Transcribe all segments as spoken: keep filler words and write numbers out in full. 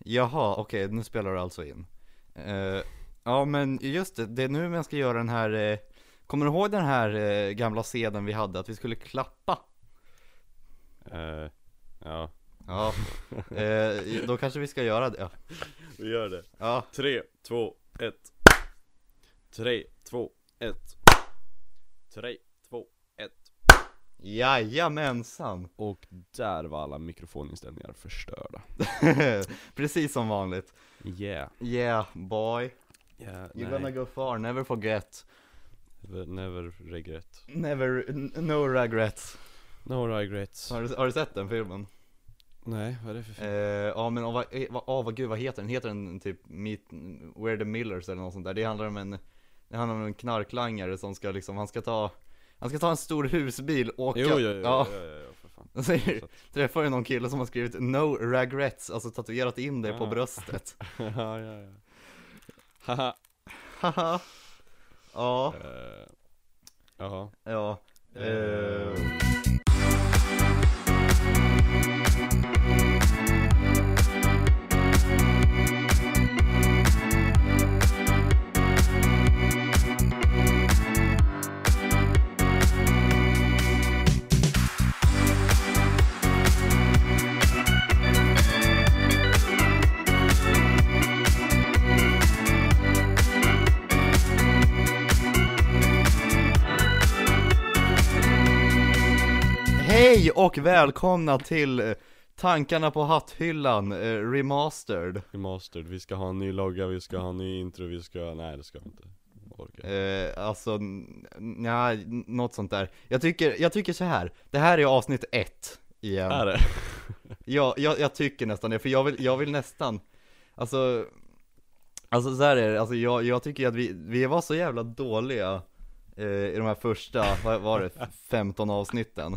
Jaha, okej, nu spelar du alltså in. Eh, ja, men just det, det är nu man ska göra den här... Eh, kommer du ihåg den här eh, gamla scenen vi hade, att vi skulle klappa? Eh, ja, Ja, eh, då kanske vi ska göra det. Ja. vi gör det. Ja. Tre, två, ett. Tre, två, ett. Tre, två, ett. Jajamensan. Och där var alla mikrofoninställningar förstörda. Precis som vanligt. Yeah. Yeah, boy. Yeah, You're gonna go far, never forget. Never regret. Never, n- no regrets. No regrets. Har du, har du sett den filmen? Nej, vad är det för film? Eh, ja men oh, vad, eh, vad, oh, vad, gud, vad heter den? Heter den typ Meet, We're the Millers eller något sånt där? Det handlar om en, det handlar om en knarklangare som ska liksom, han ska ta Han ska ta en stor husbil, åka. Jo, jo, jo, ja. Jo, jo, jo, för fan. Och säger, träffar ju någon kille som har skrivit no regrets, alltså tatuerat in det Ah. på bröstet. Ja, ja, ja. Haha. Haha. Ja, Eh, Jaha. ja. Eh. Hej och välkomna till eh, Tankarna på hatthyllan, eh, remastered. Remastered, vi ska ha en ny logga, vi ska ha en ny intro, vi ska... Nej, det ska vi inte. Orka. Eh, alltså, ja, något sånt där. Jag tycker, jag tycker så här. Det här är avsnitt ett igen. Är det? Ja, jag, jag tycker nästan det, för jag vill, jag vill nästan, alltså, alltså så här är det, alltså jag, jag tycker att vi, vi var så jävla dåliga eh, i de här första, vad var det, femton avsnitten.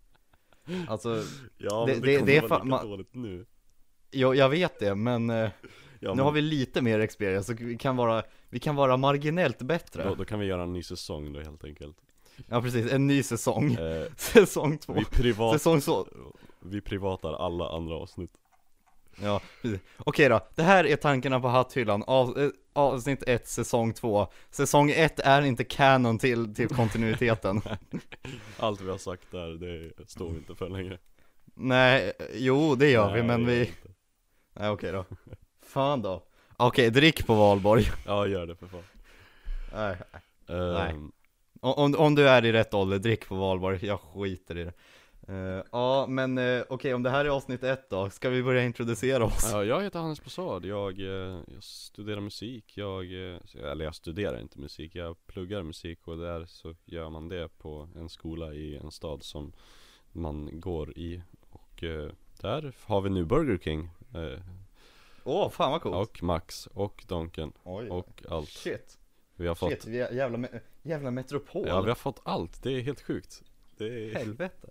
Alltså, Ja, det- men det, det- kommer det är vara fa- lika ma- dåligt nu. jag, jag vet det, men eh, Ja, nu men har vi lite mer experience, så vi kan vara, vi kan vara marginellt bättre. då, då kan vi göra en ny säsong då helt enkelt. Ja precis, en ny säsong, Eh, säsong två, vi, privat, säsong så. vi privatar alla andra avsnitt. Ja, precis. Okej då, det här är Tankarna på hatthyllan, av, eh, avsnitt ett, säsong två. Säsong ett är inte canon till, till kontinuiteten. Allt vi har sagt där, det står vi inte för längre. Nej, jo det gör vi, Nej, men det gör vi... inte. Nej okej då. Fan då. Okej, drick på valborg. Ja, gör det för fan. Nej. Ehm, Nej. Om, om du är i rätt ålder, drick på valborg, jag skiter i det. Eh, ja, men uh, okej, om det här är avsnitt ett då, ska vi börja introducera oss? Ja, jag heter Hannes Posad, jag, eh, jag studerar musik, jag, eh, eller jag studerar inte musik, jag pluggar musik och där så gör man det på en skola i en stad som man går i. Och eh, där har vi nu Burger King, eh, Åh, oh, fan vad coolt. och Max, och Donken, Oj, och allt. shit, Vi har fått, shit, vi är jävla, me- jävla metropol. ja vi har fått allt, det är helt sjukt. Det är, Helvete.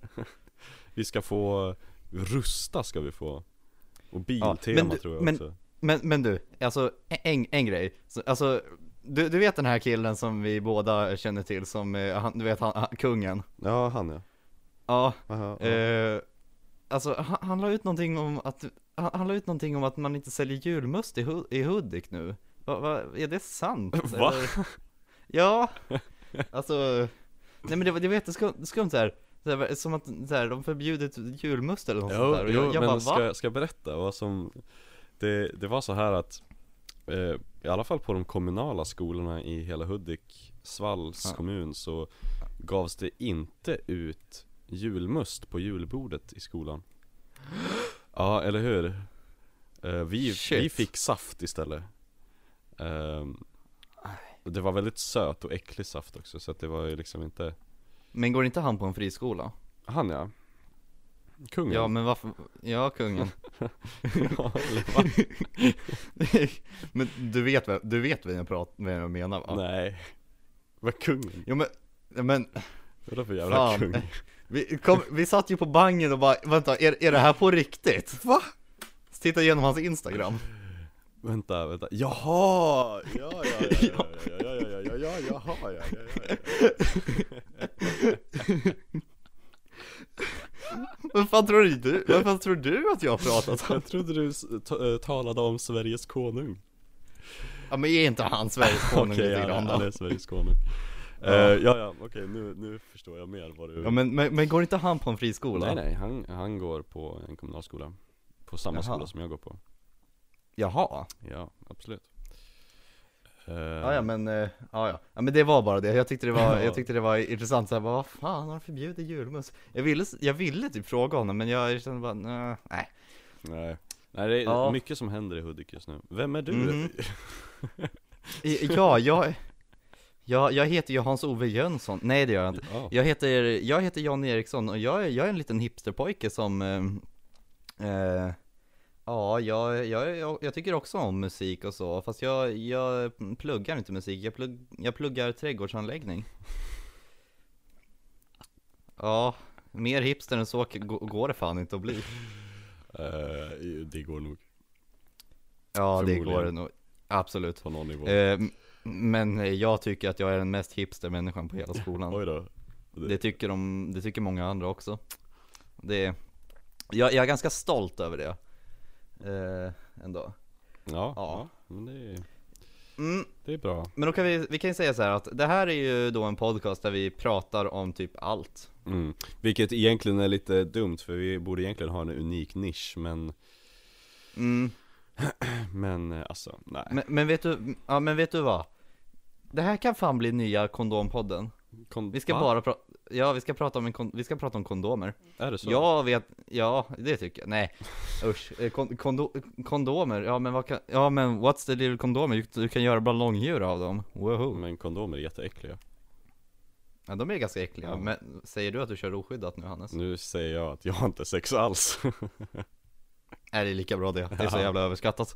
vi ska få, Rusta ska vi få. Och Biltema men du- tror jag men- också. Men, men du, alltså en, en grej, så, alltså du, du vet den här killen som vi båda känner till som, eh, han, du vet han, han, kungen. Ja, han ja. Ja, Aha, ja. eh, alltså han, han la ut någonting om att, han, han la ut någonting om att man inte säljer julmust i, Hu- i Hudik nu. Va, va, är det sant? Va? Eller? Ja, alltså, nej men det, var- det var jätteskumt skumt så här. Så här, som att så här, de förbjudit julmust eller något Jo, sånt där. Och jo jag, jag men bara, ska, va? ska jag berätta vad som det, det var så här att eh, i alla fall på de kommunala skolorna i hela Hudik, Svalls Ja. kommun, så gavs det inte ut julmust på julbordet i skolan. Ja, eller hur? Eh, vi, Shit. vi fick saft istället. Ehm, det var väldigt söt och äcklig saft också, så att det var ju liksom inte... Men går inte han på en friskola? Han ja. Kungen. Ja men varför, ja kungen. Ja, eller va? Men du vet vad, du vet vad jag, pratar, vad jag menar va? Nej. Vad kungen? Jo men, men Vad är det för jävla fan, kung? vi, kom, vi satt ju på bangen och bara, vänta, är, är det här på riktigt? Va? Så titta igenom hans Instagram. Vänta, vänta. Jaha! Ja, ja, ja, ja, ja, ja, ja, ja, ja, jaha, ja, ja, ja, ja. Vad fan tror du? Vad fan tror du att jag har pratat om? Jag trodde du s- ta- eh, talade om Sveriges konung. Ja, men är inte han Sveriges konung Okej, lite han, grann han då? är Sveriges konung. Ja. Ja, uh, ja, ja okej, nu, nu förstår jag mer vad du... Ja, men, men, men går inte han på en friskola? Nej, nej, han, han går på en kommunalskola. På samma Jaha. skola som jag går på. Jaha. Ja, absolut. Uh, Ja, ja, men, eh, ja, ja. Ja, men det var bara det. Jag tyckte det var, Ja. jag tyckte det var intressant. Så här, vad fan har han förbjudit julmust? Jag ville, jag ville typ fråga honom, men jag kände bara, nej. Nej, nej det är Ja. mycket som händer i Hudik just nu. Vem är du? Mhm. I- Ja, jag, jag, jag heter ju Hans-Ove Jönsson. Nej, det gör jag inte. Ja. Jag heter, jag heter John Eriksson och jag är, jag är en liten hipsterpojke som eh, eh, ja, jag, jag, jag, jag tycker också om musik och så. Fast jag, jag pluggar inte musik, jag, plugg, jag pluggar trädgårdsanläggning. Ja, mer hipster än så g- går det fan inte att bli. Eh, det går nog Ja, det Förmodligen. går det nog. Absolut. på någon nivå. Eh, men jag tycker att jag är den mest hipster människan på hela skolan. Oj då. Det tycker de, det tycker många andra också. Det är, jag, jag är ganska stolt över det. Eh, ändå. Ja, Ja. ja. Men det är, Mm, det är bra. men då kan vi, vi kan ju säga så här att det här är ju då en podcast där vi pratar om typ allt. Mm. Vilket egentligen är lite dumt, för vi borde egentligen ha en unik nisch. Men, Mm, men eh, alltså, nej. men, men vet du, ja men vet du vad? Det här kan fan bli nya kondompodden. Kon- Vi ska Va? bara prata, ja vi ska prata om en kon, vi ska prata om kondomer. Är det så? Jag vet, ja det tycker jag, nej usch, Eh, kon, kondo, kondomer, ja men vad kan, ja men what's the little kondomer, du, du kan göra ballongdjur av dem, woho. Men kondomer är jätteäckliga. Ja de är ganska äckliga, Ja. men säger du att du kör oskyddat nu Hannes? Nu säger jag att jag har inte sex alls. Är det lika bra det, det är så Ja. jävla överskattat.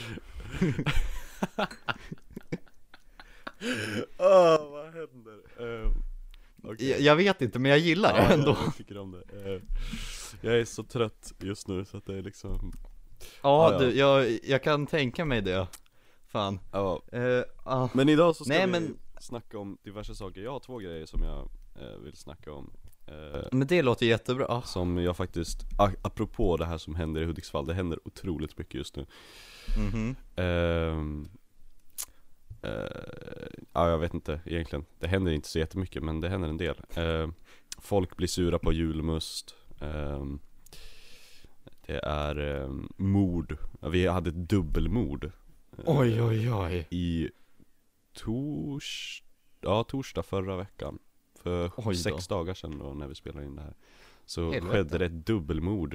Åh, vad händer? Uh, okay. jag, jag vet inte men jag gillar det Ja, ändå. jag, jag tycker om det. Eh, jag är så trött just nu så att det är liksom. Ja, Ja, ja. du, jag, jag kan tänka mig det. Fan. Ja. Eh, ah. Men idag så ska Nej, vi men- snacka om diverse saker. Jag har två grejer som jag eh, vill snacka om. Eh, Men det låter jättebra. Ah. som jag faktiskt, a- apropå det här som händer i Hudiksvall, det händer otroligt mycket just nu. Mhm. Ehm, eh, ja, jag vet inte egentligen. Det händer inte så jättemycket, men det händer en del. Ehm, folk blir sura på julmust. Ehm, det är um, mord. Ja, vi hade ett dubbelmord. eh, Oj oj oj. I tors... ja, torsdag förra veckan. För Oj då. sex dagar sedan då, när vi spelade in det här. Så Helvete. skedde det ett dubbelmord.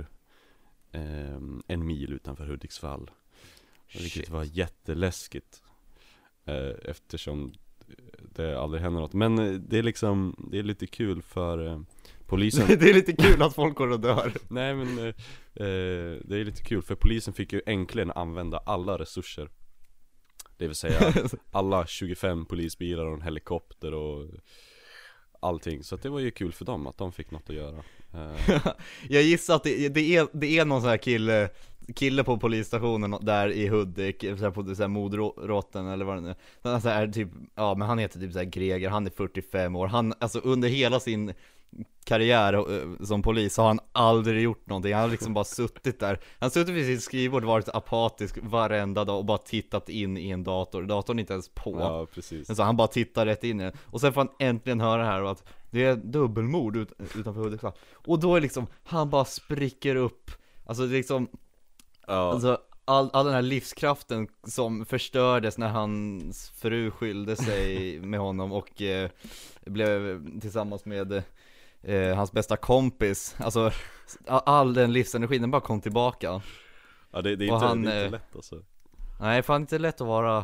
ehm, en mil utanför Hudiksvall. Vilket Shit. var jätteläskigt. Eh, eftersom det aldrig händer något. Men eh, det är liksom, det är lite kul för eh, polisen. Det är lite kul att folk går och dör. Nej men, eh, eh, det är lite kul för polisen fick ju äntligen använda alla resurser. Det vill säga alla tjugofem polisbilar och en helikopter och allting. Så att det var ju kul för dem att de fick något att göra. Eh, Jag gissar att det, det, är, det är någon sån här kille Kille på polisstationen där i Hudik, så här på så här Modrotten eller vad det nu är. Så här, typ, ja men han heter typ så här Greger, han är fyrtiofem år. Han, alltså under hela sin karriär eh, som polis har han aldrig gjort någonting. Han har liksom bara suttit där. Han har suttit vid sitt skrivbord, varit apatisk varenda dag och bara tittat in i en dator. Datorn är inte ens på. ja precis. Men så han bara tittar rätt in i den. Och sen får han äntligen höra här och att det är dubbelmord ut, utanför Hudiksvall. Och då är liksom, han bara spricker upp. Alltså det är liksom, Ja. alltså all, all den här livskraften som förstördes när hans fru skilde sig med honom och eh, blev tillsammans med eh, hans bästa kompis. Alltså all den livsenergin, den bara kom tillbaka. Ja det, det är Och inte, han, det är eh, inte lätt alltså. Nej, fan inte lätt att vara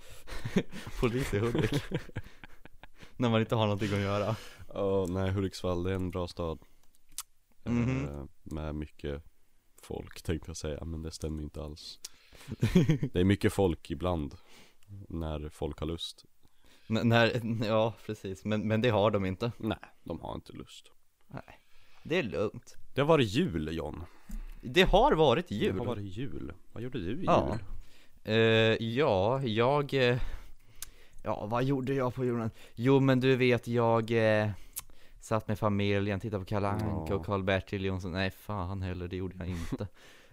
polis i Hudik när man inte har någonting att göra. Ja, nej, Hudiksvall det är en bra stad. Mhm. eh, Med mycket folk tänkte jag säga, men det stämmer inte alls. Det är mycket folk ibland när folk har lust. N- när, ja, precis, men, men det har de inte. Nej, de har inte lust. Nej, det är lugnt. Det har varit jul, John. Det har varit jul. Det har varit jul. Vad gjorde du i jul? Ja. Eh, ja, jag eh, ja, vad gjorde jag på julen? Jo, men du vet, jag eh, satt med familjen, tittade på Kalle Anka Ja. och Karl-Bertil Jonsson. Nej fan heller, det gjorde jag inte.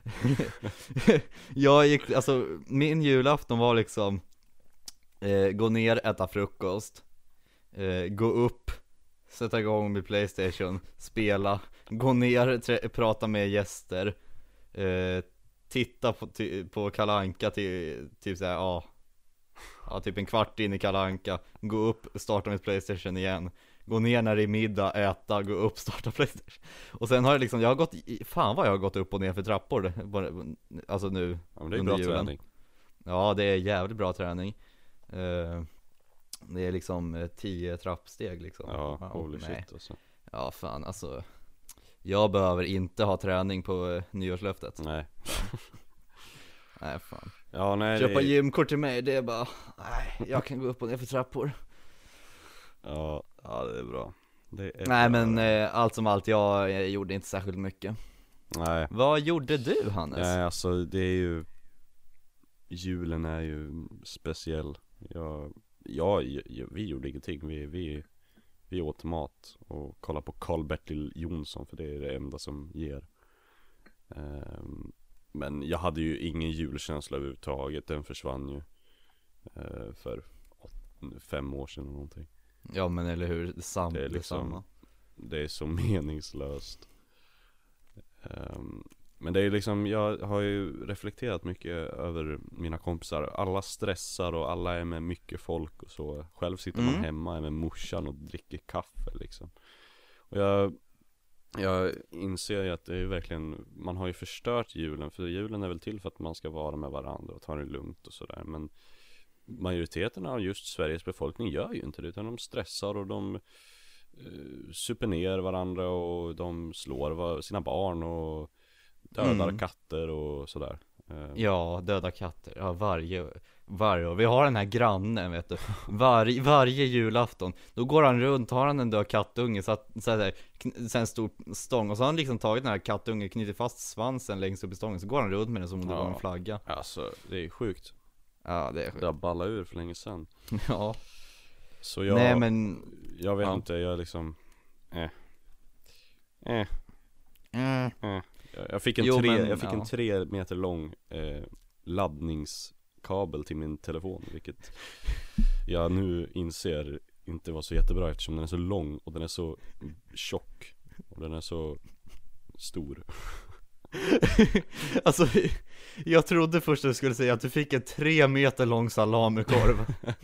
Jag gick, alltså min julafton var liksom eh, gå ner, äta frukost, eh, gå upp, sätta igång med Playstation, spela, gå ner, trä- prata med gäster, eh, titta på, ty- på Kalle Anka till typ såhär, ja Ja, typ en kvart in i Kalle Anka, gå upp, starta med Playstation igen, gå ner när det är middag, äta, gå upp, starta Playstation. Och sen har jag liksom, jag har gått, i- fan vad jag har gått upp och ner för trappor, bara- alltså nu Ja, men det är under bra julen. träning. Ja, det är jävligt bra träning. Eh, Det är liksom eh, tio trappsteg liksom. Ja, Ja, holy nej. shit alltså. Ja, fan alltså. Jag behöver inte ha träning på eh, nyårslöftet. Nej. Nej, fan. Ja, nej Köpa det... gymkort till mig, det är bara, nej, jag kan gå upp och ner för trappor. Ja, ja, det är bra. Det är Nej bra. men eh, allt som allt, jag eh, gjorde inte särskilt mycket. Nej. Vad gjorde du, Hannes? Nej, alltså det är ju, julen är ju speciell. Jag, jag, jag vi gjorde ingenting. Vi, vi, vi åt mat och kollade på Karl-Bertil Jonsson, för det är det enda som ger. Ehm, men jag hade ju ingen julkänsla överhuvudtaget. Den försvann ju eh, för åt, fem år sedan eller någonting. Ja men eller hur, Sam, Det är det liksom- samma. Det är så meningslöst. Ehm, Men det är liksom, jag har ju reflekterat mycket över mina kompisar. Alla stressar och alla är med mycket folk och så. Själv sitter man Mm. hemma är med morsan och dricker kaffe liksom. Och jag, jag inser ju att det är verkligen, man har ju förstört julen. För julen är väl till för att man ska vara med varandra och ta det lugnt och sådär. Men majoriteten av just Sveriges befolkning gör ju inte det, utan de stressar och de uh, super ner varandra och de slår va- sina barn och dödar Mm. katter och sådär. Eh, Ja, döda katter, ja varje, varje år. Vi har den här grannen vet du, Var, varje julafton, då går han runt, har han en död kattunge, så att, så här, kn- så här en stor stång, och så har han liksom tagit den här kattungen, knutit fast svansen längst upp i stången, så går han runt med den som om det Ja. var en flagga. Alltså, det är sjukt. Ja, det är Det sjukt. har ballat ur för länge sedan. Ja, Så jag, nej men jag vet ja. inte, jag liksom eh. Eh. mm, Jag, jag fick en Jo, tre, men, jag fick ja. en tre meter lång eh, laddningskabel till min telefon, vilket jag nu inser inte var så jättebra, eftersom den är så lång och den är så tjock och den är så stor. Alltså, jag trodde först att du skulle säga att du fick en tre meter lång salamikorv.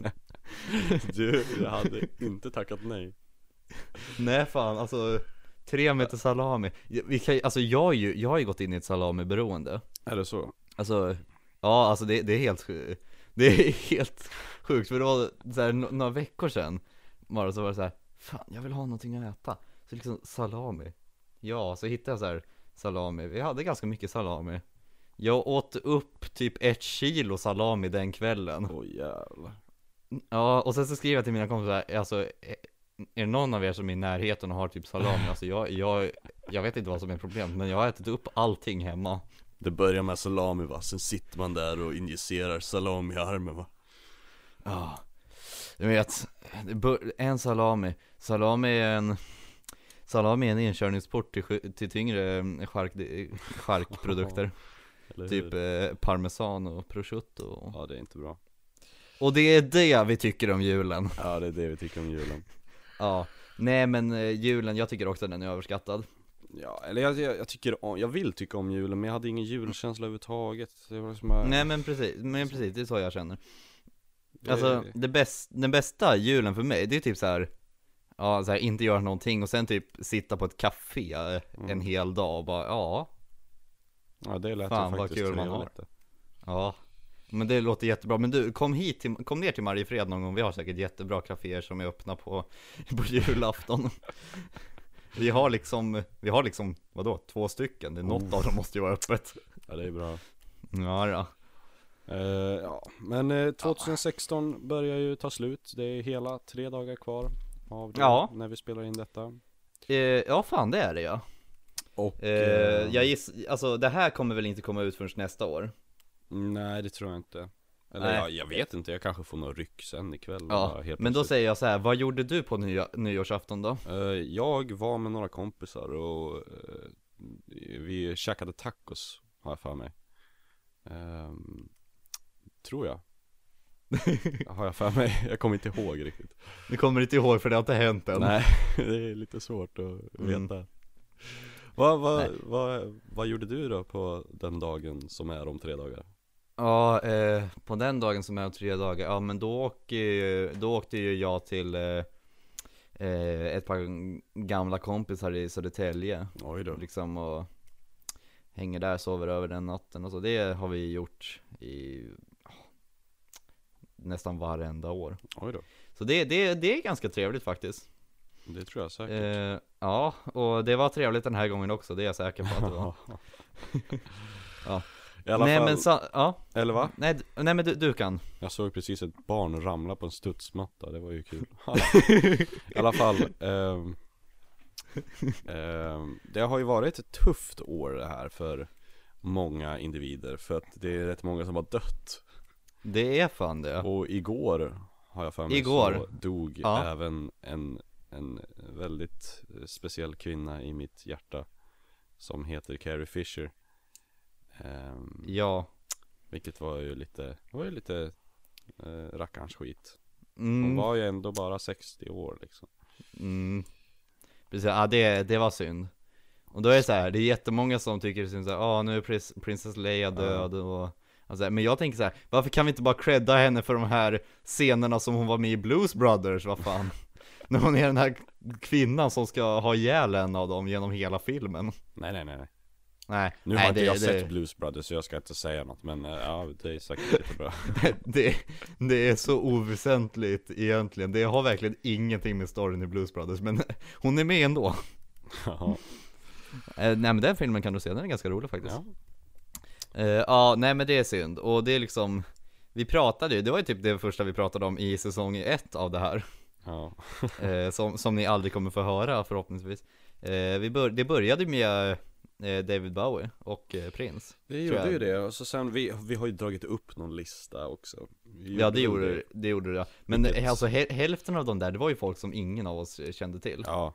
Du, jag hade inte tackat nej. Nej fan, alltså tre meter salami. Vi kan, alltså jag, är ju, jag har ju gått in i ett salamiberoende. Är det så? Alltså, ja alltså det, det är helt sj- Det är helt sjukt, för det var så här, no- några veckor sedan bara så var det så här, fan jag vill ha någonting att äta. Så liksom salami. Ja, så hittade jag så här salami. Vi hade ganska mycket salami. Jag åt upp typ ett kilo salami den kvällen. Åh jävlar. Ja, och sen så skriver jag till mina kompisar, alltså är är det någon av er som är i närheten och har typ salami? Alltså jag, jag, jag vet inte vad som är problemet, men jag har ätit upp allting hemma. Det börjar med salami va, sen sitter man där och injicerar salami i armen va. Ja, du vet, det bör- en salami. Salami är en Salami är en inkörningsport till, sj- till tyngre eh, chark, charkprodukter. Eller Typ hur? eh, parmesan och prosciutto. Ja, det är inte bra. Och det är det vi tycker om julen. Ja, det är det vi tycker om julen. Ja, nej men eh, julen, jag tycker också den är överskattad. Ja, eller jag, jag, jag tycker om, jag vill tycka om julen, men jag hade ingen julkänsla överhuvudtaget. Det var liksom bara, Nej men precis, men precis, det är så jag känner. det, Alltså, det bäst, den bästa julen för mig, det är typ så här. Ja, så här, inte göra någonting och sen typ sitta på ett café eh, en Mm. hel dag och bara, ja, ja, det lät fan, ju vad faktiskt kul man har. trevligt det. ja. Men det låter jättebra, men du, kom hit till, kom ner till Mariefred någon gång, vi har säkert jättebra kaféer som är öppna på, på julafton. Vi har liksom, vi har liksom, vadå, två stycken, det är något Oh. av dem måste ju vara öppet. Ja, det är bra. Ja då. Eh, ja, men eh, tjugohundrasexton börjar ju ta slut. Det är hela tre dagar kvar av det, Ja. när vi spelar in detta. Eh, ja fan det är det ja. Och Eh, jag giss, alltså det här kommer väl inte komma ut förrän nästa år. nej, det tror jag inte. Eller jag, jag vet inte, jag kanske får någon ryck sen ikväll. Ja, helt men då plötsligt. säger jag så här: vad gjorde du på nya, nyårsafton då? Eh, Jag var med några kompisar och eh, vi käkade tacos, har jag för mig. Ehm, tror jag. Har jag för mig, jag kommer inte ihåg riktigt. Du kommer inte ihåg för det har inte hänt än. Nej, det är lite svårt att veta. Mm. Vad, vad, Nej. vad, vad gjorde du då på den dagen som är om tre dagar? Ja, eh, på den dagen som är om tre dagar, ja men då, åker, ju- då åkte ju jag till eh, eh, ett par gamla kompisar i Södertälje. Oj då. Liksom och hänger där, sover över den natten och så. Det har vi gjort i ja, nästan varenda år. Oj då. Så det, det, det är ganska trevligt faktiskt. Det tror jag säkert. Eh, ja, och det var trevligt den här gången också, det är jag säker på att det var. Ja. I alla Nej fall, men så, ja. eller va? Nej, d- nej men du, du kan. Jag såg precis ett barn ramla på en studsmatta, det var ju kul. I alla fall ehm, ehm, det har ju varit ett tufft år det här för många individer. För att det är rätt många som har dött. Det är fan det. Och igår har jag för mig Igår. så dog Ja. även en, en väldigt speciell kvinna i mitt hjärta som heter Carrie Fisher. Ehm, Ja. Vilket var ju lite, var ju lite eh, rackarns skit. Hon Mm. var ju ändå bara sextio år liksom. Mm. Precis, ja det, det var synd. Och då är det så här, det är jättemånga som tycker det är synd så här, ah, nu är Pris- Princess Leia död och alltså, men jag tänker så här, varför kan vi inte bara credda henne för de här scenerna som hon var med i Blues Brothers, vad fan? När hon är den här kvinnan som ska ha ihjäl en av dem genom hela filmen. Nej nej nej nej. Nej, Nu nej, har inte det, jag det, sett Blues Brothers så jag ska inte säga något. Men eh, ja, det är säkert lite bra. det, det är så oväsentligt egentligen. Det har verkligen ingenting med storyn i Blues Brothers, men hon är med ändå. Ja. Eh, nej men den filmen kan du se, den är ganska rolig faktiskt. Ja. Eh, Ja, nej men det är synd. Och det är liksom, vi pratade ju, det var ju typ det första vi pratade om i säsong ett av det här. Ja. eh, som, som ni aldrig kommer få höra förhoppningsvis. eh, vi bör, Det började med eh, David Bowie och eh, Prince. Det tror gjorde jag. ju det. Och så sen, vi, vi har ju dragit upp någon lista också. Vi Ja det väl gjorde det, gjorde det. Men Vilket- eh, alltså hä- hälften av de där, det var ju folk som ingen av oss kände till. Ja.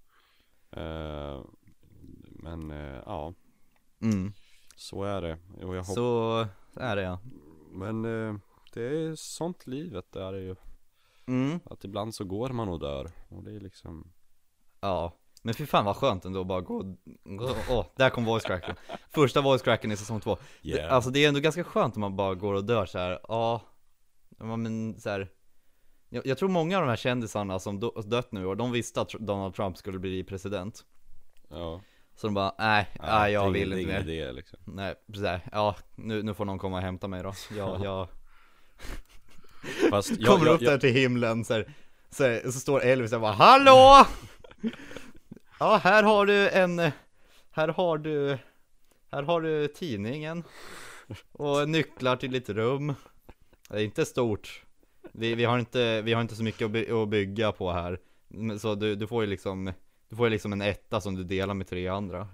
Eh, men eh, ja, Mm. så är det. Och jag hopp- Så är det ja. Men eh, det är sånt livet det är det ju. Mm. Att ibland så går man och dör. Och det är liksom. Ja, men fy fan vad skönt ändå att bara gå, gå åh, där kom voice cracken. Första voice cracken i säsong två. Det, Yeah. alltså det är ändå ganska skönt om man bara går och dör så här. Ja, ja, men så här. Jag, jag tror många av de här kändisarna som do, dött nu och de visste att Donald Trump skulle bli president. Ja. Så de bara, nej, Ja, nej jag det är vill ingen- inte det är mer. ingen idé liksom. Nej, precis här. Ja, nu, nu får någon komma och hämta mig då. Jag, jag Fast jag, kommer jag, upp jag, där till himlen så, här, så, här, så står Elvis och bara, hallå! Ja, här har du en, här har du, här har du tidningen och nycklar till ditt rum. Det är inte stort. Vi, vi har inte, vi har inte så mycket att, by, att bygga på här. Men så du, du får ju liksom, du får ju liksom en etta som du delar med tre andra.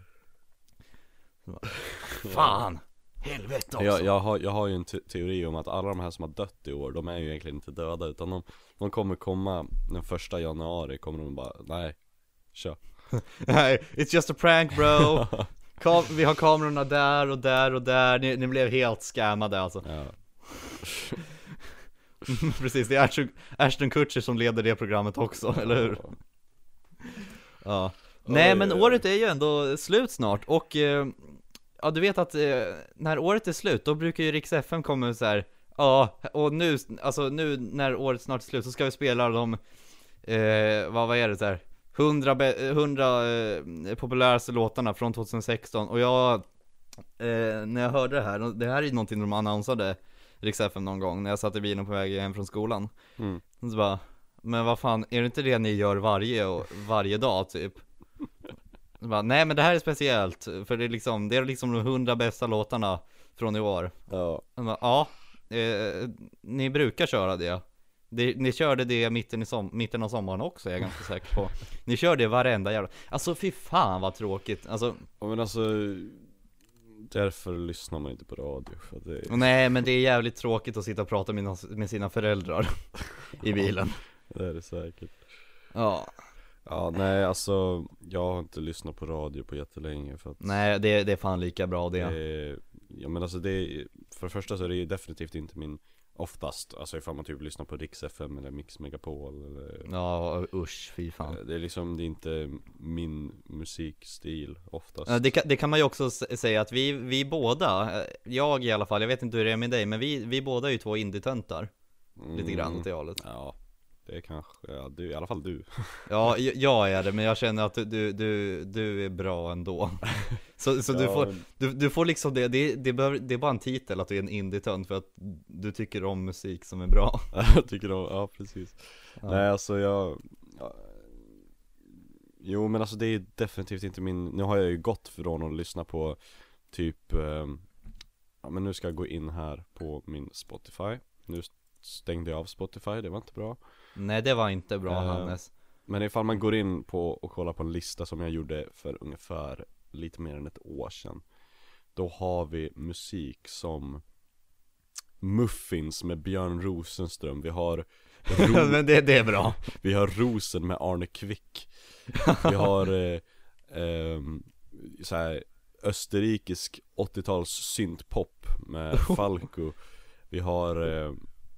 Så bara, fan! Helvete också! jag, jag, har, jag har ju en te- teori om att alla de här som har dött i år, de är ju egentligen inte döda. Utan de, de kommer komma den första januari, kommer de bara, nej, kör. Nej, it's just a prank bro. Kam- vi har kamerorna där och där och där. Ni, ni blev helt scammade alltså. Ja. Precis, det är Ashton, Ashton Kutcher som leder det programmet också, eller hur? Ja. Nej Oj, men oj, oj. året är ju ändå slut snart. Och eh, ja, du vet att eh, när året är slut, då brukar ju Rix F M komma så här. Ja, och nu, alltså nu när året snart är slut så ska vi spela de eh, vad, vad är det så här hundra, be- hundra eh, populäraste låtarna från tjugohundrasexton. Och jag, eh, när jag hörde det här, det här är ju någonting de annonsade Rix F M någon gång när jag satt i bilen på väg hem från skolan. Mm. Så bara, men vad fan, är det inte det ni gör varje, varje dag typ? Så bara, nej men det här är speciellt, för det är liksom, det är liksom de hundra bästa låtarna från i år. Ja. Så bara, ja, eh, ni brukar köra det. det. Ni körde det mitten, i som, mitten av sommaren också, är jag ganska säker på. Ni kör det varenda jävla, alltså fy fan vad tråkigt. Alltså, Men alltså, därför lyssnar man inte på radio för det är... Nej, men det är jävligt tråkigt att sitta och prata med, med sina föräldrar i bilen. Det är det säkert. Ja. Ja, nej alltså jag har inte lyssnat på radio på jättelänge för att Nej, det, det är fan lika bra det. det ja men alltså det är, för det första så är det ju definitivt inte min, oftast, alltså ifall man typ lyssnar på Rix F M eller Mix Megapol eller, Ja, usch, fy fan. det är liksom, det är inte min musikstil oftast. Ja, det, kan, det kan man ju också s- säga att vi, vi båda, jag i alla fall, jag vet inte hur det är med dig, men vi, vi båda är ju två indie-töntar. Lite grann åt det hållet. Ja, det är kanske, ja, du, i alla fall du. Ja, jag, jag är det, men jag känner att du, du, du är bra ändå. Så, så du, Ja, får, men- du, du får liksom det, det, det, behöver, det är bara en titel att du är en indie-tönt för att du tycker om musik som är bra. Jag tycker om, ja precis. Ja. Nej alltså jag, ja, jo men alltså det är definitivt inte min, nu har jag ju gått från att lyssna på typ, eh, ja men nu ska jag gå in här på min Spotify. Nu stängde jag av Spotify, det var inte bra. Nej, det var inte bra, Eh, Hannes. Men ifall man går in på och kollar på en lista som jag gjorde för ungefär lite mer än ett år sedan, då har vi musik som Muffins med Björn Rosenström. Vi har Ro- Men det, det är bra. vi har Rosen med Arne Kvick. Vi har eh, eh, så här österrikisk åttio-tals syntpop med Falco. Vi har eh,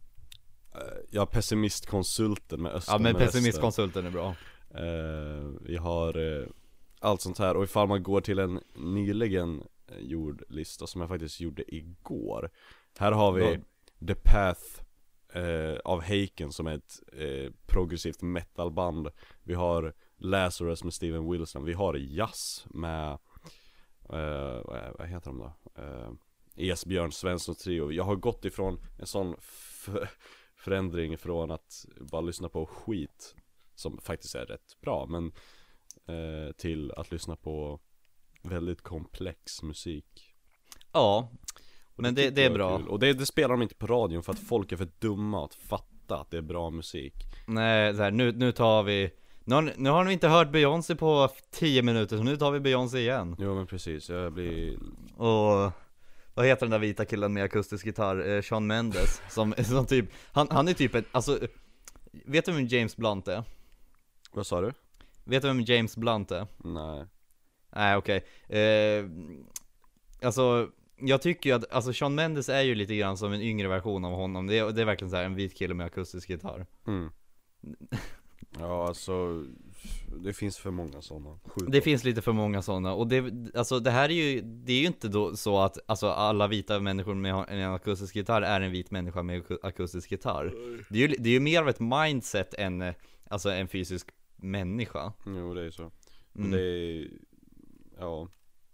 ja, pessimistkonsulten med Östen Ja, men med Väster. pessimistkonsulten är bra. Eh, vi har eh, allt sånt här. Och ifall man går till en nyligen eh, gjord lista som jag faktiskt gjorde igår. Här har vi The Path eh, av Haken som är ett eh, progressivt metalband. Vi har Lazarus med Steven Wilson. Vi har Jazz med eh, vad, vad heter de då? Eh, Esbjörn Svensson Trio. Jag har gått ifrån en sån f- förändring från att bara lyssna på skit som faktiskt är rätt bra, men eh, till att lyssna på väldigt komplex musik. Ja, men det, tycker det är jag bra. kul. Och det, det spelar de inte på radion för att folk är för dumma att fatta att det är bra musik. Nej, så här, nu, nu tar vi nu har, nu har ni inte hört Beyoncé på tio minuter, så nu tar vi Beyoncé igen. Jo men precis, jag blir... Och vad heter den där vita killen med akustisk gitarr? Eh, Shawn Mendes. Som, som typ, han, han är typ en, alltså, vet du vem James Blunt är? Vad sa du? Vet du vem James Blunt är? Nej. Nej, okej. Eh, alltså, jag tycker ju att, alltså Shawn Mendes är ju lite grann som en yngre version av honom. Det är, det är verkligen så här en vit kille med akustisk gitarr. Mm. Ja alltså, det finns för många sådana. Sjukt. Det finns lite för många sådana. Och det, alltså det här är ju, det är ju inte då så att alltså, alla vita människor med en akustisk gitarr är en vit människa med akustisk gitarr. Det är ju, det är ju mer av ett mindset än alltså en fysisk människa. Jo det är så. Mm. Det är... Ja.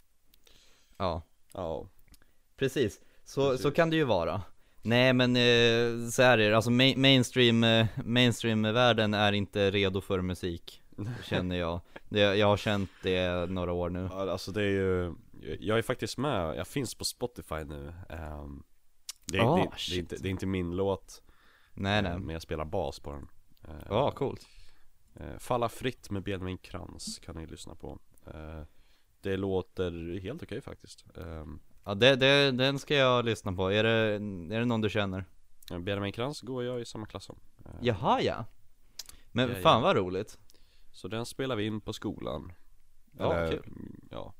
Ja, Ja. precis. Så, Precis. så kan det ju vara. Nej men eh, så är det, alltså main, mainstream, eh, mainstream-världen är inte redo för musik, känner jag. Det, jag har känt det några år nu. Ja, alltså det är ju, jag är faktiskt med, jag finns på Spotify nu. um, det, Ah, det, det, är shit. inte, det är inte min låt, Nej eh, nej. men jag spelar bas på den. Eh, Ja, coolt. eh, Falla fritt med Benjamin Krantz kan ni lyssna på. Eh, det låter helt okej faktiskt. Um, Ja, det, det, den ska jag lyssna på. Är det, är det någon du känner? Benjamin Krantz går jag i samma klass som. Eh, Jaha ja. Men Ja, fan ja. vad roligt. Så den spelar vi in på skolan. Ja, kul. Ja.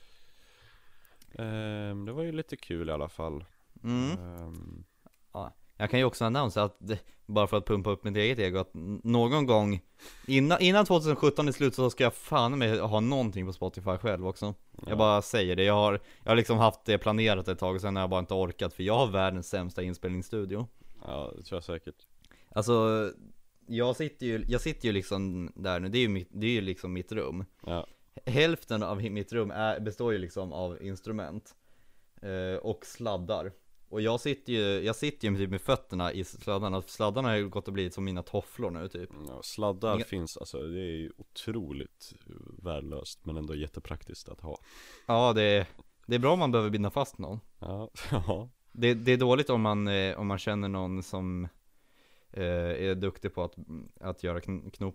Ehm, det var ju lite kul i alla fall. Mm. Ehm, Jag kan ju också annonsera att, det- bara för att pumpa upp mitt eget ego, att n- någon gång innan, innan tjugosjutton är slut så ska jag fan med ha någonting på Spotify själv också. Jag Ja. bara säger det, jag har, jag har liksom haft det planerat ett tag och sen har jag bara inte orkat, för jag har världens sämsta inspelningsstudio. ja, det tror jag säkert. Alltså, jag sitter ju, jag sitter ju liksom där nu, det är ju, mitt, det är ju liksom mitt rum. Ja. Hälften av mitt rum är, består ju liksom av instrument eh, och sladdar. Och jag sitter ju, jag sitter ju typ med fötterna i sladdarna. Sladdarna har ju gått och blivit som mina tofflor nu typ. Ja, sladdar Inga- finns, alltså det är ju otroligt värdelöst men ändå jättepraktiskt att ha. Ja, det är, det är bra om man behöver binda fast någon. Ja, ja. Det, det är dåligt om man, eh, om man känner någon som eh, är duktig på att, att göra kn- knopar.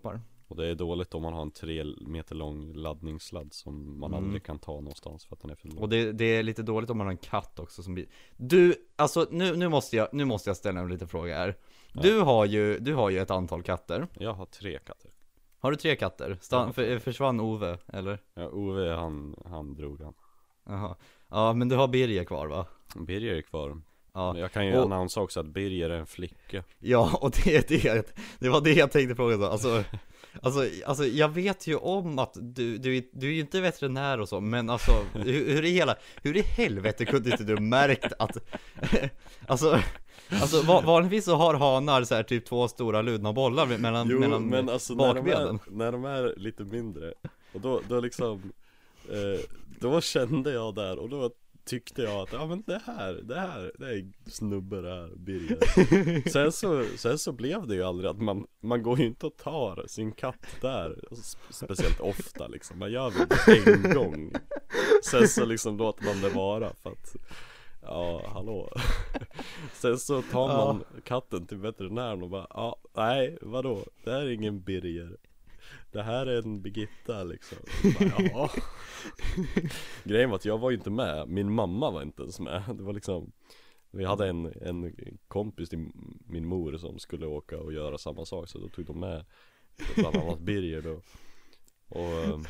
Och det är dåligt om man har en tre meter lång laddningssladd som man Mm. aldrig kan ta någonstans för att den är för lång. Och det, det är lite dåligt om man har en katt också som blir... Du, alltså nu, nu, måste jag, nu måste jag ställa en liten fråga här. Ja. Du har ju, du har ju ett antal katter. Jag har tre katter. Har du tre katter? Stan, Ja. för, försvann Ove, eller? Ja, Ove han, han drog han. Jaha. Ja, men du har Birger kvar, va? Birger är kvar. Ja. Men jag kan ju Och- annonsera också att Birger är en flicka. Ja, och det är det, det var det jag tänkte fråga så. Alltså, alltså, alltså jag vet ju om att du, du, är- du är ju inte veterinär och så, men alltså, hur, hur i hela, hur i helvete kunde inte du märkt att, alltså, alltså va- vanligtvis så har hanar så här typ två stora ludna bollar mellan, Jo, mellan men alltså när de, bakbenen. är, när de är lite mindre. Och då, då liksom eh, Då kände jag där och då tyckte jag att ja men det här, det här, det är snubbe det här, Birger. Sen så, sen så blev det ju aldrig att man, man går ju inte och tar sin katt där spe- speciellt ofta liksom. Man gör väl det en gång. Sen så liksom låter man det vara för att ja, hallå. Sen så tar man katten till veterinären och bara ja, nej, vadå? Det här är ingen Birger. Det här är en Birgitta liksom. Bara, ja. Grejen var att jag var ju inte med. Min mamma var inte ens med. Det var liksom vi hade en, en kompis till min mor som skulle åka och göra samma sak. Så då tog de med bland annat Birger då. Och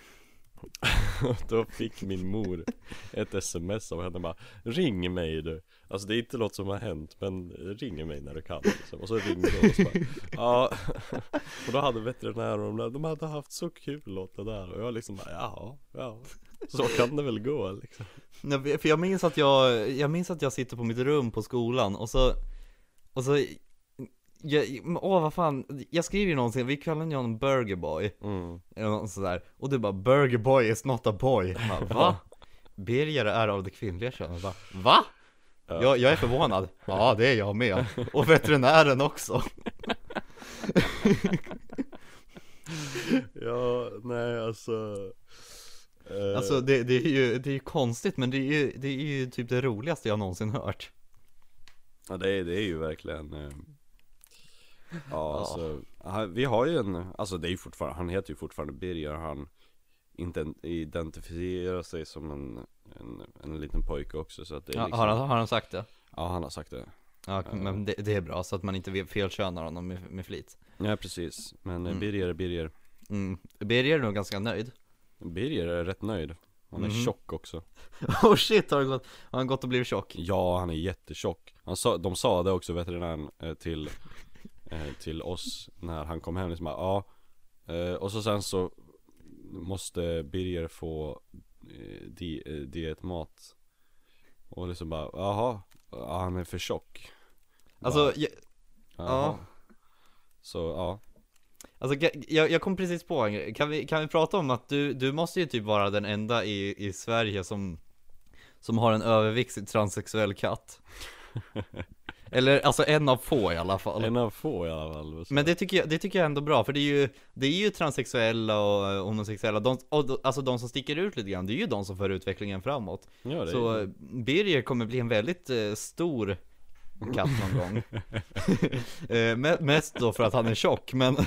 då fick min mor ett sms av henne bara ring mig du. Alltså det är inte något som har hänt, men ring mig när du kan liksom. Och så ringde hon och så bara, ja. Och då hade veterinären och de där, de hade haft så kul åt det där. Och jag liksom bara, ja, ja. Så kan det väl gå liksom. Nej, för jag minns att jag, jag minns att jag sitter på mitt rum på skolan och så, och så, jag, åh vad fan, jag skriver ju någonsin, vi kallar ju honom Burger Boy. Mm. Eller något sådär. Och du bara, Burger Boy is not a boy. Jag bara, va? Birger är av det kvinnliga könet. Va? Va? Ja. Jag, jag är förvånad. Ja, det är jag med. Och veterinären också. Ja, nej alltså eh, Alltså det, det, är ju, det är ju konstigt, men det är ju, det är ju typ det roligaste jag någonsin hört. Ja det är, det är ju verkligen eh, Ja alltså han- vi har ju en, alltså det är ju fortfarande, han heter ju fortfarande Birger. Han inte identifierar sig som en, en, en liten pojke också så att det är Ja, liksom, har, han, har han sagt det? Ja han har sagt det. Ja, men det, det är bra, så att man inte felkönar honom med, med flit. Ja precis, men Mm. mm. Birger är Birger. mm. Birger är nog ganska nöjd. Birger är rätt nöjd. Han är Mhm. tjock också. Oh shit, har han gått, har han gått och blivit tjock? Ja han är jättetjock. Han sa, de sa det också veterinären eh, till eh, till oss när han kom hem liksom, bara, ja eh, och så sen så måste Birger få eh, di, eh, dietmat. Och liksom bara, jaha, ja, han är för tjock. Alltså, Bara, jag, jaha. Så ja. Alltså ga- jag, jag kom precis på en grej. Kan vi, kan vi prata om att du, du måste ju typ vara den enda i, i Sverige som Som har en överviktig transsexuell katt. Eller alltså en av få i alla fall. En av få i alla fall. Så. Men det tycker jag, det tycker jag ändå bra. För det är ju, det är ju transsexuella och eh, homosexuella de, och, de- alltså de som sticker ut lite grann. Det är ju de som för utvecklingen framåt. Ja, det Så är, eh, Birger kommer bli en väldigt eh, stor katt någon gång. eh, me- mest då för att han är tjock. Men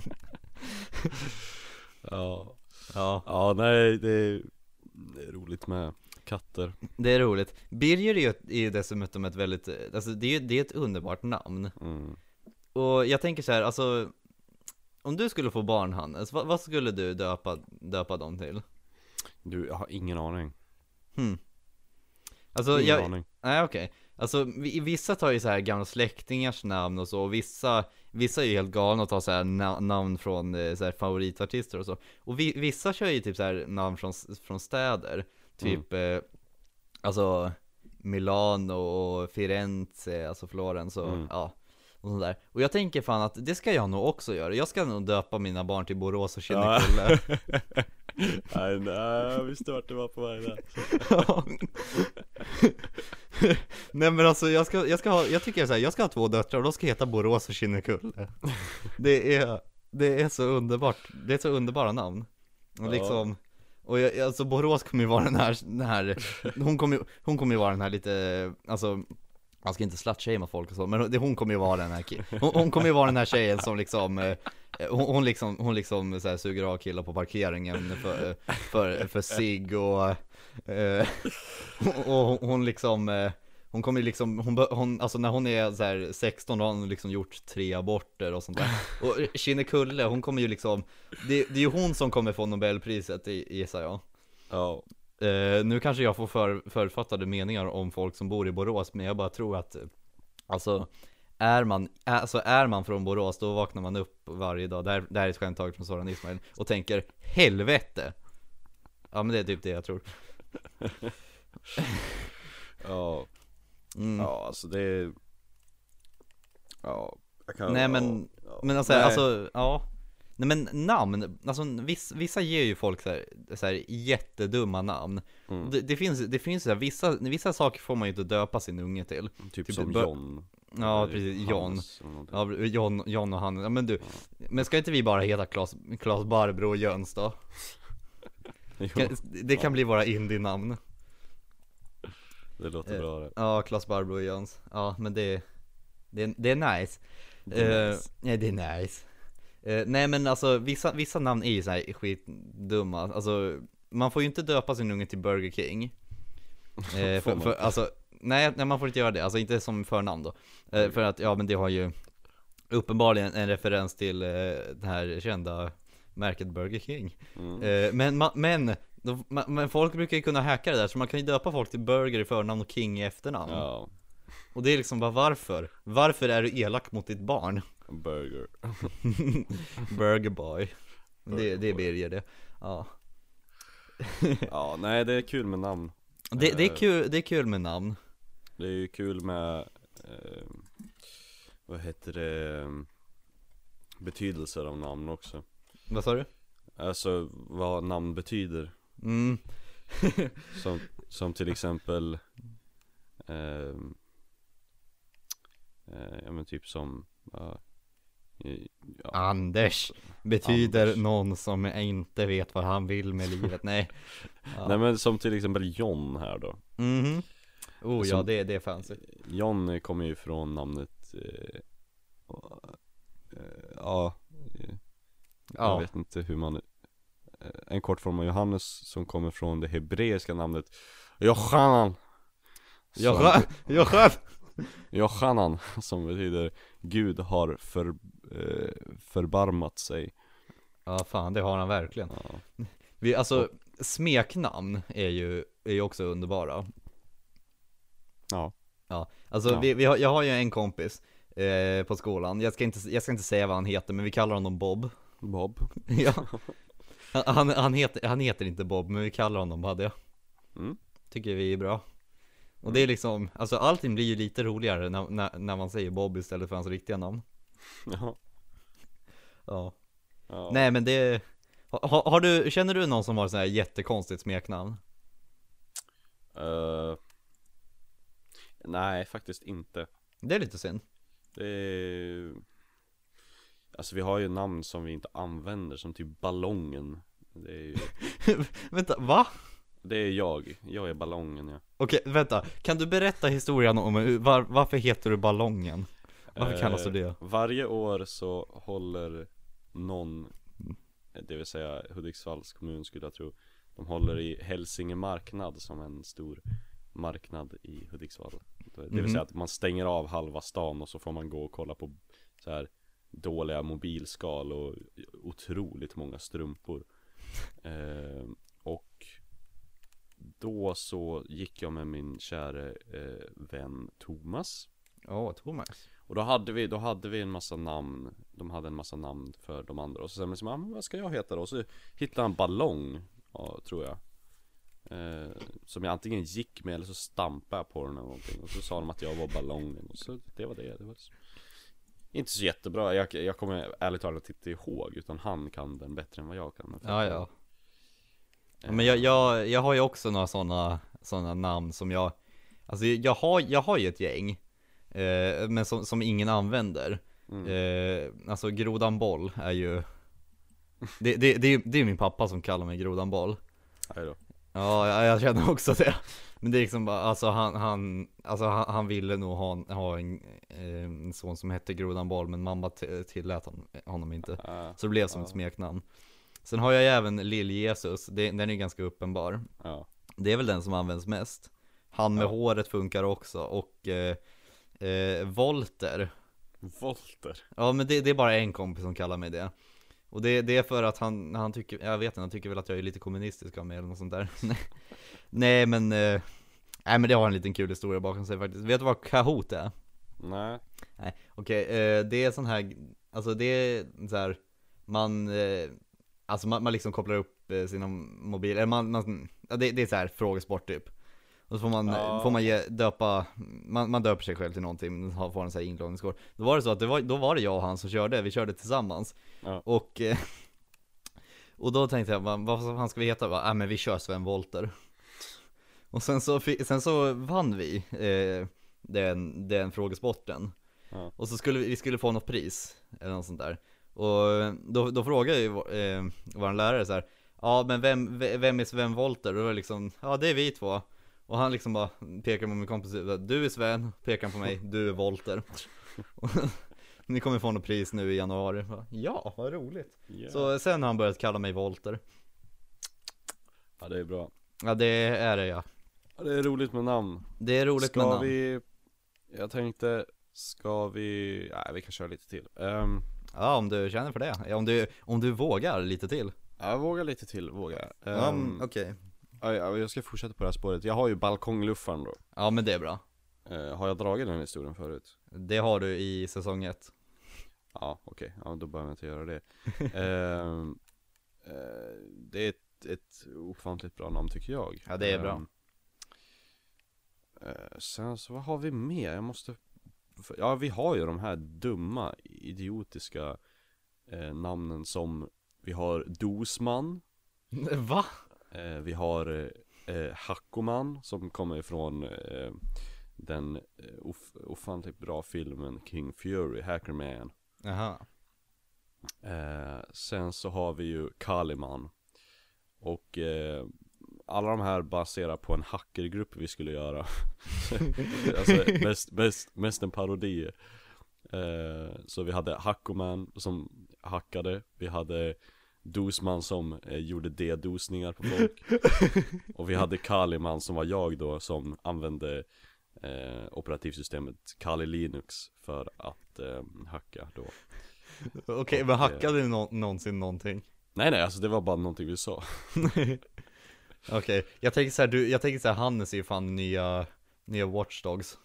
ja. ja, Ja, nej, det är, det är roligt med katter. det är roligt. Birger är ju, är ju dessutom ett väldigt, eh, alltså det är ju det är ett underbart namn. Mm. Och jag tänker så här, alltså om du skulle få barn, Hannes, vad, vad skulle du döpa, döpa dem till? Du, jag har ingen aning. Hmm. Alltså Ingen jag, aning. nej okej. Alltså vi- vissa tar ju så här gamla släktingars namn och så, och vissa, vissa är ju helt galna och tar så här na- namn från eh, så här favoritartister och så. Och vi, vissa kör ju typ så här namn från, från städer, typ eh, alltså Milano och Firenze, alltså Florens och Mm. ja, och sånt där. Och jag tänker fan att det ska jag nog också göra. Jag ska nog döpa mina barn till Borås och Kinnekulle. Nej, nej, jag visste vart det var på väg där. Ja. Nej men alltså jag ska, jag ska ha, jag tycker så här, jag ska ha två döttrar och de ska heta Borås och Kinnekulle. Det är, det är så underbart, det är så underbara namn. Och Ja. liksom, och jag, alltså Borås kommer ju vara den här, den här hon kommer ju, hon kommer ju vara den här lite, alltså jag ska inte slutshamea folk och så, men det, hon kommer ju vara den här ki- hon, hon kommer ju vara den här tjejen som liksom eh, hon, hon liksom, hon liksom så här, suger av killar på parkeringen för, för, för sig och, eh, och hon liksom eh, hon kommer ju liksom, hon, hon, alltså när hon är så här sexton då har hon liksom gjort tre aborter och sånt där. Och Kinnekulle, hon kommer ju liksom, det, det är ju hon som kommer få Nobelpriset, gissar jag. Ja. Uh, nu kanske jag får för, författade meningar om folk som bor i Borås, men jag bara tror att alltså är man, alltså är man från Borås, då vaknar man upp varje dag, där, där är ett skämt taget från Soran Ismail, och tänker helvete. Ja, men det är typ det jag tror. Ja. Mm. Ja, alltså det är... Ja, jag kan... Nej men, ja. men alltså, Nej. alltså, ja. Nej men namn, alltså vissa, vissa ger ju folk så här, så här jättedumma namn. Mm. det, det finns, det finns så här, vissa, vissa saker får man ju inte döpa sin unge till. Typ, typ som bör- John. Ja, Eller precis, John. Hans eller någonting. Ja, John, John och han, ja men du, men ska inte vi bara heta Klas, Klas Barbro och Jöns då? Jo, Kan, det kan Ja. bli våra indie-namn. det låter bra det. Ja, Klas Barbro och Jöns. Ja, men det, det, det är nice. Det är Eh, nice. Ja, det är nice. Eh, nej men alltså, vissa, vissa namn är ju så här skitdumma. Alltså, man får ju inte döpa sin unge till Burger King. Eh, Får för, man för, inte? alltså, nej, nej, man får inte göra det. Alltså inte som förnamn då. Eh, för att, ja men det har ju uppenbarligen en referens till eh, det här kända märket Burger King. Mm. Eh, men, ma, men, då, ma, men folk brukar ju kunna hacka det där, så man kan ju döpa folk till Burger i förnamn och King i efternamn. Ja, Och det är liksom bara varför? Varför är du elak mot ditt barn? burger. Burger boy. Det, Burger det är boy. Birger det. Ja. Ja, nej det är kul med namn. Det, det, är Eh, kul, det är kul med namn. Det är ju kul med, eh, vad heter det, betydelser av namn också. Vad sa du? Alltså vad namn betyder. Mm. Som, som till exempel, eh, eh, ja men typ som, ja, i- ja, Anders betyder Anders. någon som inte vet vad han vill med livet. Nej. Ja. nej men som till exempel John här då. Mhm. Oh ja, Som- det, det är fancy. John kommer ju från namnet, eh, eh, ja, eh, jag Ja. vet inte hur man, eh, en kort form av Johannes som kommer från det hebreiska namnet Johanan. Johan, Johan. Johanan, som betyder Gud har för, eh, förbarmat sig. Ja fan, det har han verkligen. Ja. Vi, alltså, smeknamn är ju, är ju också underbara. Ja. Ja, alltså Ja. Vi, vi har, jag har ju en kompis eh, på skolan. Jag ska, inte, jag ska inte säga vad han heter, men vi kallar honom Bob. Bob. Ja. han, han, heter, han heter inte Bob, men vi kallar honom Bob, ja. Mm. Tycker vi är bra. Och det är liksom, alltså allting blir ju lite roligare när, när, när man säger Bob istället för hans riktiga namn. Ja. Ja. Ja. Nej men det, har, har du, känner du någon som har sån här jättekonstigt smeknamn? Eh, nej, faktiskt inte. Det är lite synd. Det är... Alltså vi har ju namn som vi inte använder, som typ Ballongen. Det är ju... Vänta, va? Det är jag, jag är Ballongen, ja. Okej, vänta, kan du berätta historien om hur- var, varför heter du Ballongen? Varför kallas du det? Eh, Varje år så håller någon, det vill säga Hudiksvalls kommun skulle jag tro, de håller i Hälsinge marknad, som en stor marknad i Hudiksvall. Det vill Mhm. säga att man stänger av halva stan och så får man gå och kolla på så här dåliga mobilskal och otroligt många strumpor. eh, och då så gick jag med min kära eh, vän Thomas. Åh, oh, Thomas. Och då hade vi, då hade vi en massa namn. De hade en massa namn för de andra. Och så sa man liksom, ah, men vad ska jag heta då? Och så hittade han Ballong, ja, tror jag, eh, som jag antingen gick med eller så stampade jag på den eller någonting. Och så sa de att jag var Ballongen. Och så det var det, det var inte så jättebra. Jag, jag kommer ärligt talat inte ihåg, utan han kan den bättre än vad jag kan. Ja, ja. Ja, men jag, jag, jag har ju också några sådana såna namn som jag, alltså jag har, jag har ju ett gäng, eh, men som, som ingen använder. Mm. Eh, alltså Grodan Boll är ju, det, det, det, är- det är min pappa som kallar mig Grodan Boll. Aj då. Ja, jag, jag känner också det. Men det är liksom bara, alltså han, han, alltså han, han ville nog ha, en- ha en, eh, en son som hette Grodan Boll, men mamma t- tillät hon, honom inte. Uh, Så det blev som ja. ett smeknamn. Sen har jag ju även Lill-Jesus, det, den är ganska uppenbar. Ja. Det är väl den som används mest. Han med Ja. håret funkar också. Och eh, eh, Volter. Volter. Ja, men det, det är bara en kompis som kallar mig det. Och det, det är för att han, han tycker, jag vet inte, han tycker väl att jag är lite kommunistisk av mig eller något sånt där. Nej men, eh, nej men det har en liten kul historia bakom sig faktiskt. Vet du vad Kahoot är? Nej. Nej, okej, eh, det är sån här, alltså det är så här, man, eh, alltså man, man liksom kopplar upp eh, sina mobiler, eller man, man, ja, det, det är så här frågesport typ. Och så får man, Ja. får man ge, döpa, man, man döper sig själv till någonting, har- får en sån här inloggningskod. Då var det så att det var, då var det jag och han som körde, vi körde tillsammans. Ja. Och, eh, och då tänkte jag, vad, vad fan ska vi heta? Ja ah, men vi kör Sven Volter. Och sen så, fi- sen så vann vi eh, den, den frågesporten. Ja. Och så skulle vi, vi skulle få något pris, eller något sånt där. Och då, då frågade ju eh, vår lärare så här: ja men vem, ve- vem är Sven Volter? Och då var det liksom, ja det är vi två. Och han liksom bara pekar på min kompis, du är Sven, pekar på mig, du är Volter. Och ni kommer få något pris nu i januari. Jag bara, ja, vad roligt. Yeah. Så sen har han börjat kalla mig Volter. Ja, det är bra. Ja det är det ja. Ja, det är roligt med namn. Det är roligt Ska med namn. vi... Jag tänkte, ska vi... Nej, vi kan köra lite till. Um, Ja om du känner för det, ja, om, du, om du vågar lite till. jag vågar lite till, vågar jag. Ja, Um, okej. ja, ja, jag ska fortsätta på det här spåret. Jag har ju balkongluffaren då. Ja men det är bra. Uh, har jag dragit den historien förut? Det har du i säsong ett. Ja, okej. Ja, då behöver jag inte göra det. Ehm, eh, det är ett, ett ofantligt bra namn tycker jag. Ja, det är bra. Ehm, eh, sen så, vad har vi mer? Jag måste... Ja, vi har ju de här dumma, idiotiska eh, namnen som... Vi har Dosman. Va? Eh, vi har eh, Hackoman som kommer ifrån eh, den eh, of, ofantligt bra filmen King Fury, Hackerman. Jaha. Eh, sen så har vi ju Kaliman. Och eh, alla de här baserar på en hackergrupp vi skulle göra. Alltså mest, mest, mest en parodi. eh, Så vi hade Hackoman som hackade. Vi hade Dosman som eh, gjorde D-dosningar på folk. Och vi hade Kaliman som var jag då, som använde eh, operativsystemet Kali Linux för att eh, hacka då. Okej, okay, men hackade du nå- någonsin någonting? Nej nej, alltså det var bara någonting vi sa. Okej, okay. jag tänker så här, du, jag tänker så här, Hannes är ju fan nya, nya Watch Dogs.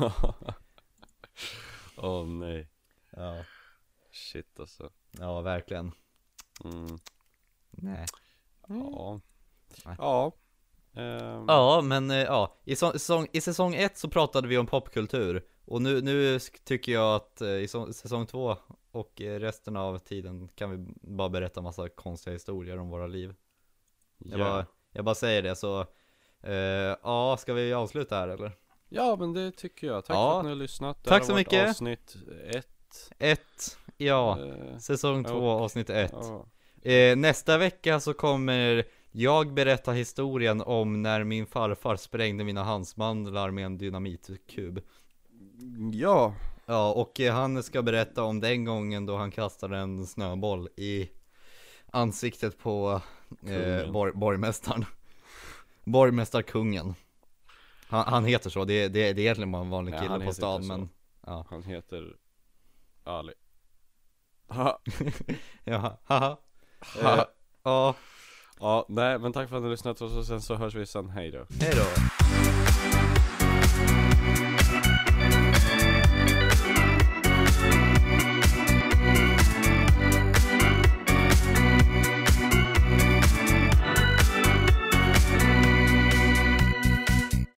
Åh oh, nej. Ja. Shit alltså. Ja, verkligen. Mm. Nej. Ja. Nej. Ja. Um. Ja, men eh, ja, i, så, säsong, i säsong ett så pratade vi om popkultur. Och nu, nu sk- tycker jag att eh, i så, säsong två och eh, resten av tiden kan vi bara berätta massa konstiga historier om våra liv. Jag, Ja. bara, jag bara säger det, så eh, ja, ska vi avsluta här eller? Ja, men det tycker jag. Tack Ja. för att ni har lyssnat. Det Tack har så varit mycket. Avsnitt ett. Ett, ja, Eh, säsong två, ja. avsnitt ett. ja. Eh, nästa vecka så kommer jag berätta historien om när min farfar sprängde mina handsmandlar med en dynamitkub. Ja. Ja, och eh, han ska berätta om den gången då han kastade en snöboll i ansiktet på eh, Kungen. bor- borgmästaren. Borgmästarkungen. Han, han heter så, det, det, det är egentligen bara en vanlig Ja, kille han på heter stan, inte så. men ja. Han heter Ali. Ha. Ja, haha. Ha. Eh, ja, Ja, nej, men tack för att ni har lyssnat och så, sen så hörs vi sen. Hej då. hej då.